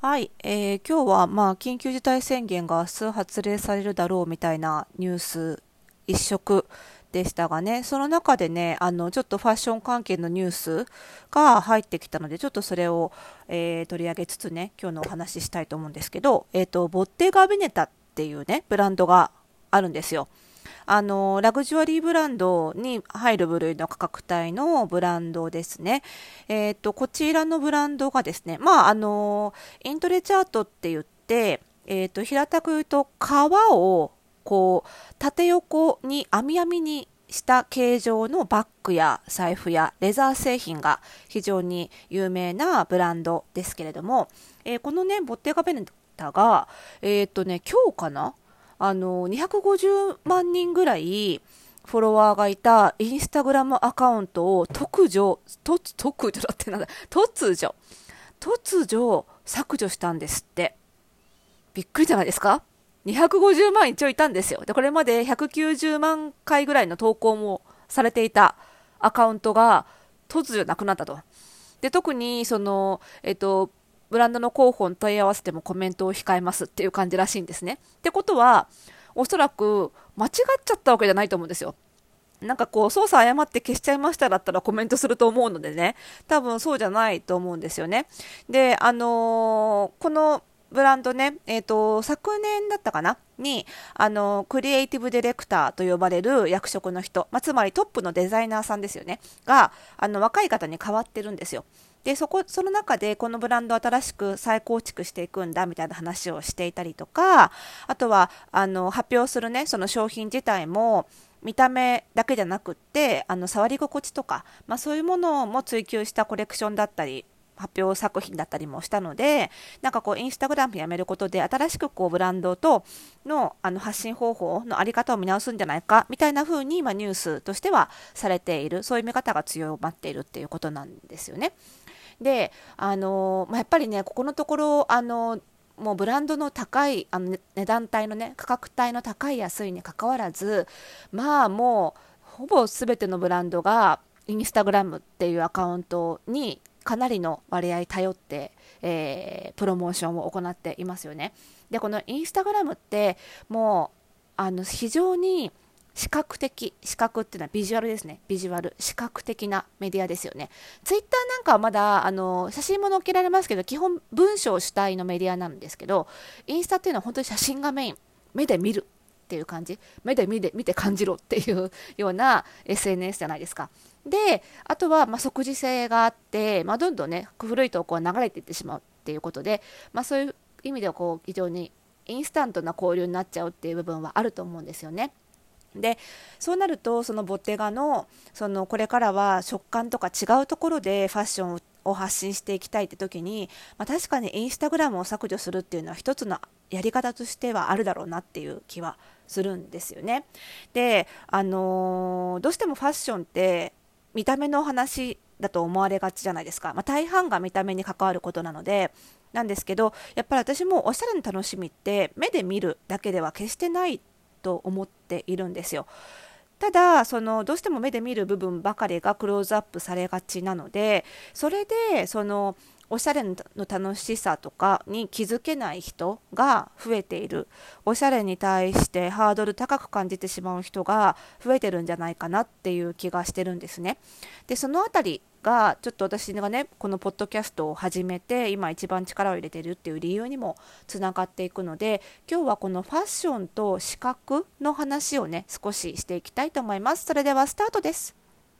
はい、今日は緊急事態宣言が明日発令されるだろうみたいなニュース一色でしたがね、その中でね、ちょっとファッション関係のニュースが入ってきたので、ちょっとそれを、取り上げつつね、今日のお話ししたいと思うんですけど、ボッテガ・ヴェネタっていうね、ブランドがあるんですよ。ラグジュアリーブランドに入る部類の価格帯のブランドですね。こちらのブランドがですね、イントレチャートって言って、平たく言うと革をこう縦横に網網にした形状のバッグや財布やレザー製品が非常に有名なブランドですけれども、このねボッテガ・ベネタが今日かな、250万人ぐらいフォロワーがいたインスタグラムアカウントを突如削除したんですって。びっくりじゃないですか。250万一応いたんですよ。で、これまで190万回ぐらいの投稿もされていたアカウントが突如なくなったと。で、特にブランドの広報に問い合わせてもコメントを控えますっていう感じらしいんですね。ってことは、おそらく間違っちゃったわけじゃないと思うんですよ。なんかこう操作誤って消しちゃいましただったらコメントすると思うのでね、多分そうじゃないと思うんですよね。で、このブランドね、昨年だったかなに、クリエイティブディレクターと呼ばれる役職の人、つまりトップのデザイナーさんですよね、が、若い方に変わってるんですよ。で、その中でこのブランドを新しく再構築していくんだみたいな話をしていたりとか、あとは、発表するね、その商品自体も、見た目だけじゃなくって、触り心地とか、そういうものも追求したコレクションだったり、発表作品だったりもしたので、なんかこうインスタグラムやめることで新しくこうブランドとの発信方法のあり方を見直すんじゃないかみたいな風にニュースとしてはされている、そういう見方が強まっているっていうことなんですよね。で、やっぱりねここのところもうブランドの高い値段帯のね価格帯の高い安いにかかわらず、もうほぼ全てのブランドがインスタグラムっていうアカウントにかなりの割合頼って、プロモーションを行っていますよね。で、このインスタグラムってもう非常に視覚っていうのはビジュアルですね。ビジュアル視覚的なメディアですよね。ツイッターなんかはまだ写真も載っけられますけど、基本文章主体のメディアなんですけど、インスタっていうのは本当に写真がメイン、目で見るっていう感じ、目で見て感じろっていうような SNS じゃないですか。で、あとは即時性があって、どんどんね古い投稿が流れていってしまうっていうことで、そういう意味ではこう非常にインスタントな交流になっちゃうっていう部分はあると思うんですよね。で、そうなるとそのボテガのこれからは食感とか違うところでファッションを発信していきたいって時に、確かにインスタグラムを削除するっていうのは一つのやり方としてはあるだろうなっていう気はするんですよね。で、どうしてもファッションって見た目の話だと思われがちじゃないですか。大半が見た目に関わることなのでなんですけど、やっぱり私もおしゃれの楽しみって目で見るだけでは決してないと思っているんですよ。ただどうしても目で見る部分ばかりがクローズアップされがちなので、それでおしゃれの楽しさとかに気づけない人が増えている、おしゃれに対してハードル高く感じてしまう人が増えてるんじゃないかなっていう気がしてるんですね。で、そのあたりがちょっと私がねこのポッドキャストを始めて今一番力を入れてるっていう理由にもつながっていくので、今日はこのファッションと視覚の話をね少ししていきたいと思います。それではスタートです。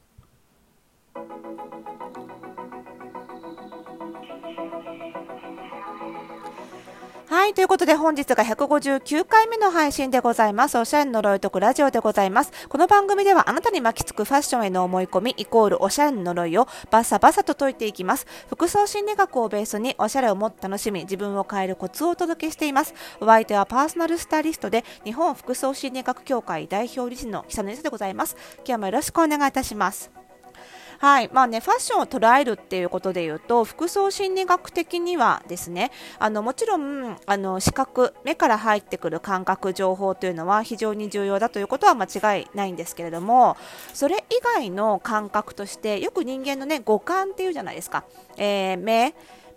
はい。ということで本日が159回目の配信でございます。おしゃれの呪いとくラジオでございます。この番組ではあなたに巻きつくファッションへの思い込みイコールおしゃれの呪いをバサバサと解いていきます。服装心理学をベースにおしゃれをもっと楽しみ、自分を変えるコツをお届けしています。お相手はパーソナルスタイリストで日本服装心理学協会代表理事の久野でございます。今日もよろしくお願いいたします。はい。ファッションを捉えるっていうことで言うと、服装心理学的にはですね、もちろん、視覚、目から入ってくる感覚、情報というのは非常に重要だということは間違いないんですけれども、それ以外の感覚として、よく人間のね、五感っていうじゃないですか。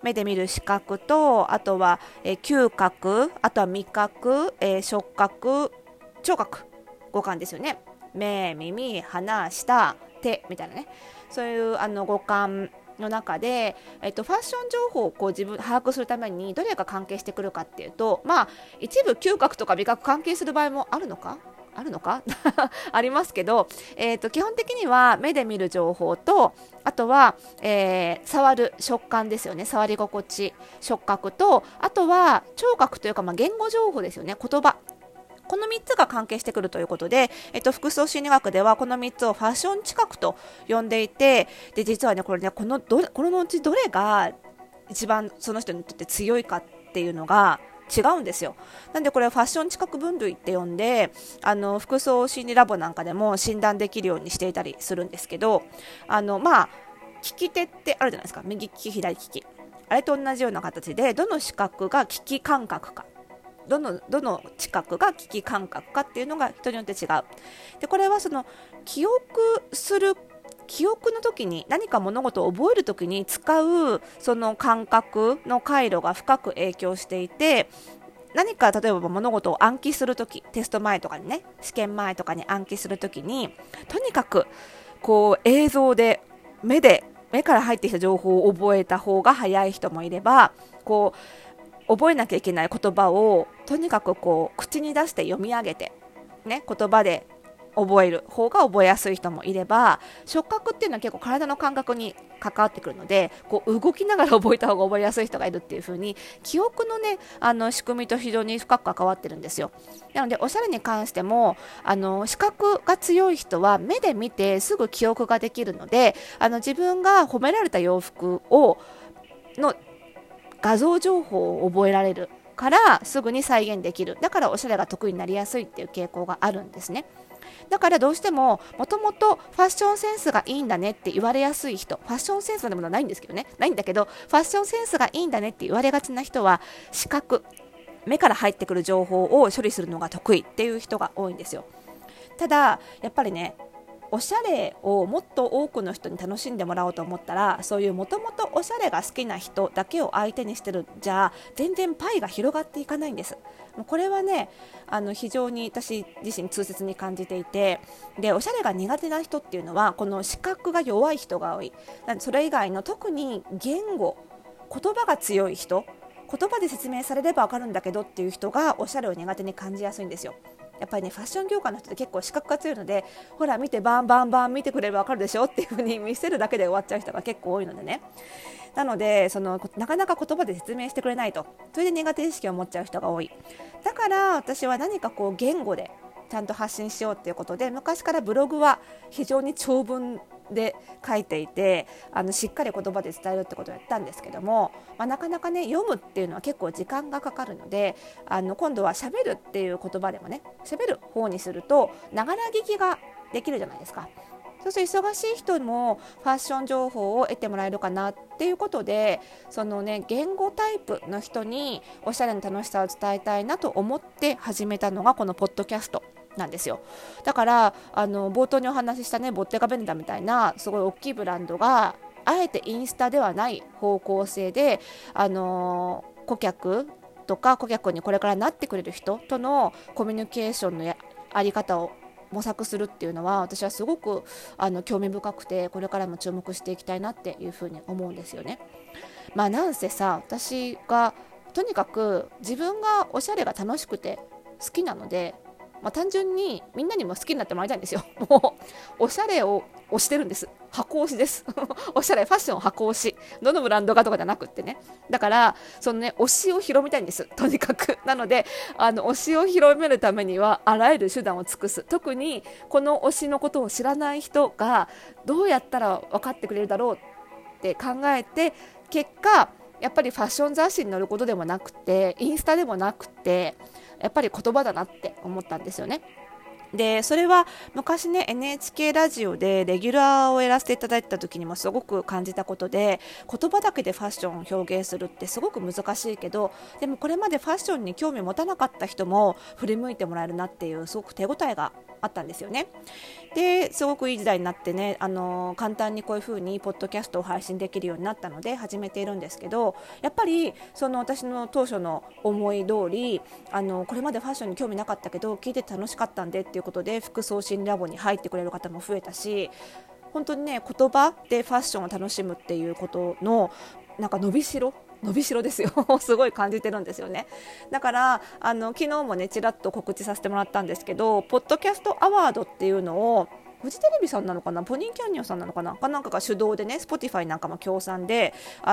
目で見る視覚と、あとは、嗅覚、あとは味覚、触覚、聴覚、五感ですよね。目、耳、鼻、舌、手みたいなね、そういう五感の中で、ファッション情報をこう自分把握するためにどれが関係してくるかっていうと、一部嗅覚とか味覚関係する場合もあるのかありますけど、基本的には目で見る情報と、あとは、触る食感ですよね、触り心地、触覚と、あとは聴覚というか、言語情報ですよね、言葉、この3つが関係してくるということで、服装心理学ではこの3つをファッション知覚と呼んでいて、で実はねこれね、このうちどれが一番その人にとって強いかっていうのが違うんですよ。なんでこれはファッション知覚分類って呼んで、服装心理ラボなんかでも診断できるようにしていたりするんですけど、利き手ってあるじゃないですか、右利き左利き、あれと同じような形で、どの視覚が利き感覚か、どの知覚が利き感覚かっていうのが人によって違う。でこれはその記憶の時に、何か物事を覚える時に使うその感覚の回路が深く影響していて、何か例えば物事を暗記するとき、テスト前とかにね、試験前とかに暗記するときに、とにかくこう映像で目から入ってきた情報を覚えた方が早い人もいれば、こう覚えなきゃいけない言葉をとにかくこう口に出して読み上げて、ね、言葉で覚える方が覚えやすい人もいれば、触覚っていうのは結構体の感覚に関わってくるので、こう動きながら覚えた方が覚えやすい人がいるっていう風に、記憶のね仕組みと非常に深く関わってるんですよ。なのでおしゃれに関しても視覚が強い人は目で見てすぐ記憶ができるので、自分が褒められた洋服の画像情報を覚えられるからすぐに再現できる。だからおしゃれが得意になりやすいっていう傾向があるんですね。だからどうしてももともとファッションセンスがいいんだねって言われやすい人、ファッションセンスのものはないんですけどね、ないんだけど、ファッションセンスがいいんだねって言われがちな人は、視覚、目から入ってくる情報を処理するのが得意っていう人が多いんですよ。ただやっぱりね、おしゃれをもっと多くの人に楽しんでもらおうと思ったら、そういうもともとおしゃれが好きな人だけを相手にしてるじゃ全然パイが広がっていかないんです。もうこれはね非常に私自身痛切に感じていて、でおしゃれが苦手な人っていうのはこの視覚が弱い人が多い。それ以外の特に言語、言葉が強い人、言葉で説明されれば分かるんだけどっていう人がおしゃれを苦手に感じやすいんですよ。やっぱりね、ファッション業界の人って結構視覚が強いので、ほら見て、バンバンバン見てくれれば分かるでしょっていう風に見せるだけで終わっちゃう人が結構多いのでね。なのでなかなか言葉で説明してくれないと、それで苦手意識を持っちゃう人が多い。だから私は何かこう言語でちゃんと発信しようっていうことで、昔からブログは非常に長文で書いていて、しっかり言葉で伝えるってことをやったんですけども、なかなかね読むっていうのは結構時間がかかるので、今度は喋るっていう言葉でもね、喋る方にするとながら聞きができるじゃないですか。そうすると忙しい人もファッション情報を得てもらえるかなっていうことで、言語タイプの人におしゃれの楽しさを伝えたいなと思って始めたのがこのポッドキャストなんですよ。だから冒頭にお話ししたね、ボッテガベネダみたいなすごい大きいブランドがあえてインスタではない方向性で顧客とか顧客にこれからなってくれる人とのコミュニケーションのあり方を模索するっていうのは、私はすごく興味深くて、これからも注目していきたいなっていうふうに思うんですよね。なんせさ、私がとにかく自分がおしゃれが楽しくて好きなので、単純にみんなにも好きになってもらいたいんですよ。もうおしゃれを推してるんです。箱推しですおしゃれファッション箱推し、どのブランドがとかじゃなくってね。だから推しを広めたいんです、とにかく。なので推しを広めるためにはあらゆる手段を尽くす。特にこの推しのことを知らない人がどうやったら分かってくれるだろうって考えて、結果やっぱりファッション雑誌に載ることでもなくて、インスタでもなくて、やっぱり言葉だなって思ったんですよね。でそれは昔ね NHK ラジオでレギュラーをやらせていただいた時にもすごく感じたことで、言葉だけでファッションを表現するってすごく難しいけど、でもこれまでファッションに興味を持たなかった人も振り向いてもらえるなっていうすごく手応えがあったんですよね。ですごくいい時代になってね、簡単にこういう風にポッドキャストを配信できるようになったので始めているんですけど、やっぱりその私の当初の思い通り、これまでファッションに興味なかったけど聞いてて楽しかったんでっていうことで服装心理ラボに入ってくれる方も増えたし、本当にね、言葉でファッションを楽しむっていうことのなんか伸びしろですよすごい感じてるんですよね。だから昨日もねちらっと告知させてもらったんですけど、ポッドキャストアワードっていうのをフジテレビさんなのかな、ポニーキャニオンさんなのかな、なんかが主導でね、Spotify なんかも協賛で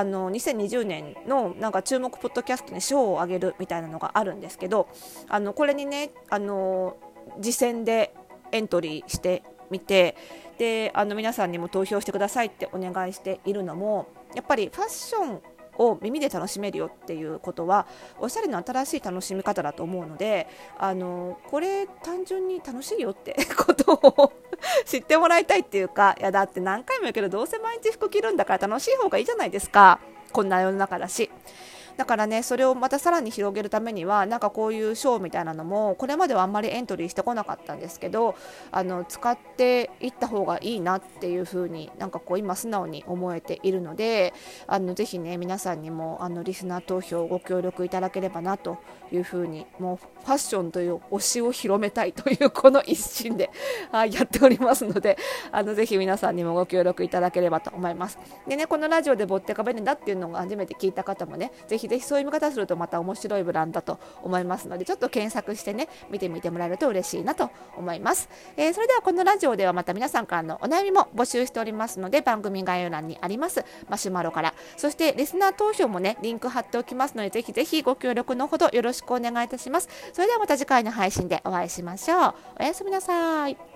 2020年のなんか注目ポッドキャストに賞をあげるみたいなのがあるんですけど、これにね次戦でエントリーしてみて、で皆さんにも投票してくださいってお願いしているのも、やっぱりファッションを耳で楽しめるよっていうことはおしゃれの新しい楽しみ方だと思うので、これ単純に楽しいよってことを知ってもらいたいっていうか、いやだって何回も言うけどどうせ毎日服着るんだから楽しい方がいいじゃないですか、こんな世の中だし。だからね、それをまたさらに広げるためにはなんかこういうショーみたいなのもこれまではあんまりエントリーしてこなかったんですけど、使っていった方がいいなっていう風になんかこう今素直に思えているので、ぜひね皆さんにもリスナー投票をご協力いただければなという風に、もうファッションという推しを広めたいというこの一心でやっておりますので、ぜひ皆さんにもご協力いただければと思います。でね、このラジオでボッテカベネだっていうのが初めて聞いた方もね、ぜひそういう見方するとまた面白いブランドだと思いますので、ちょっと検索してね見てみてもらえると嬉しいなと思います。それではこのラジオではまた皆さんからのお悩みも募集しておりますので、番組概要欄にありますマシュマロから、そしてリスナー投票もねリンク貼っておきますので、ぜひぜひご協力のほどよろしくお願いいたします。それではまた次回の配信でお会いしましょう。おやすみなさい。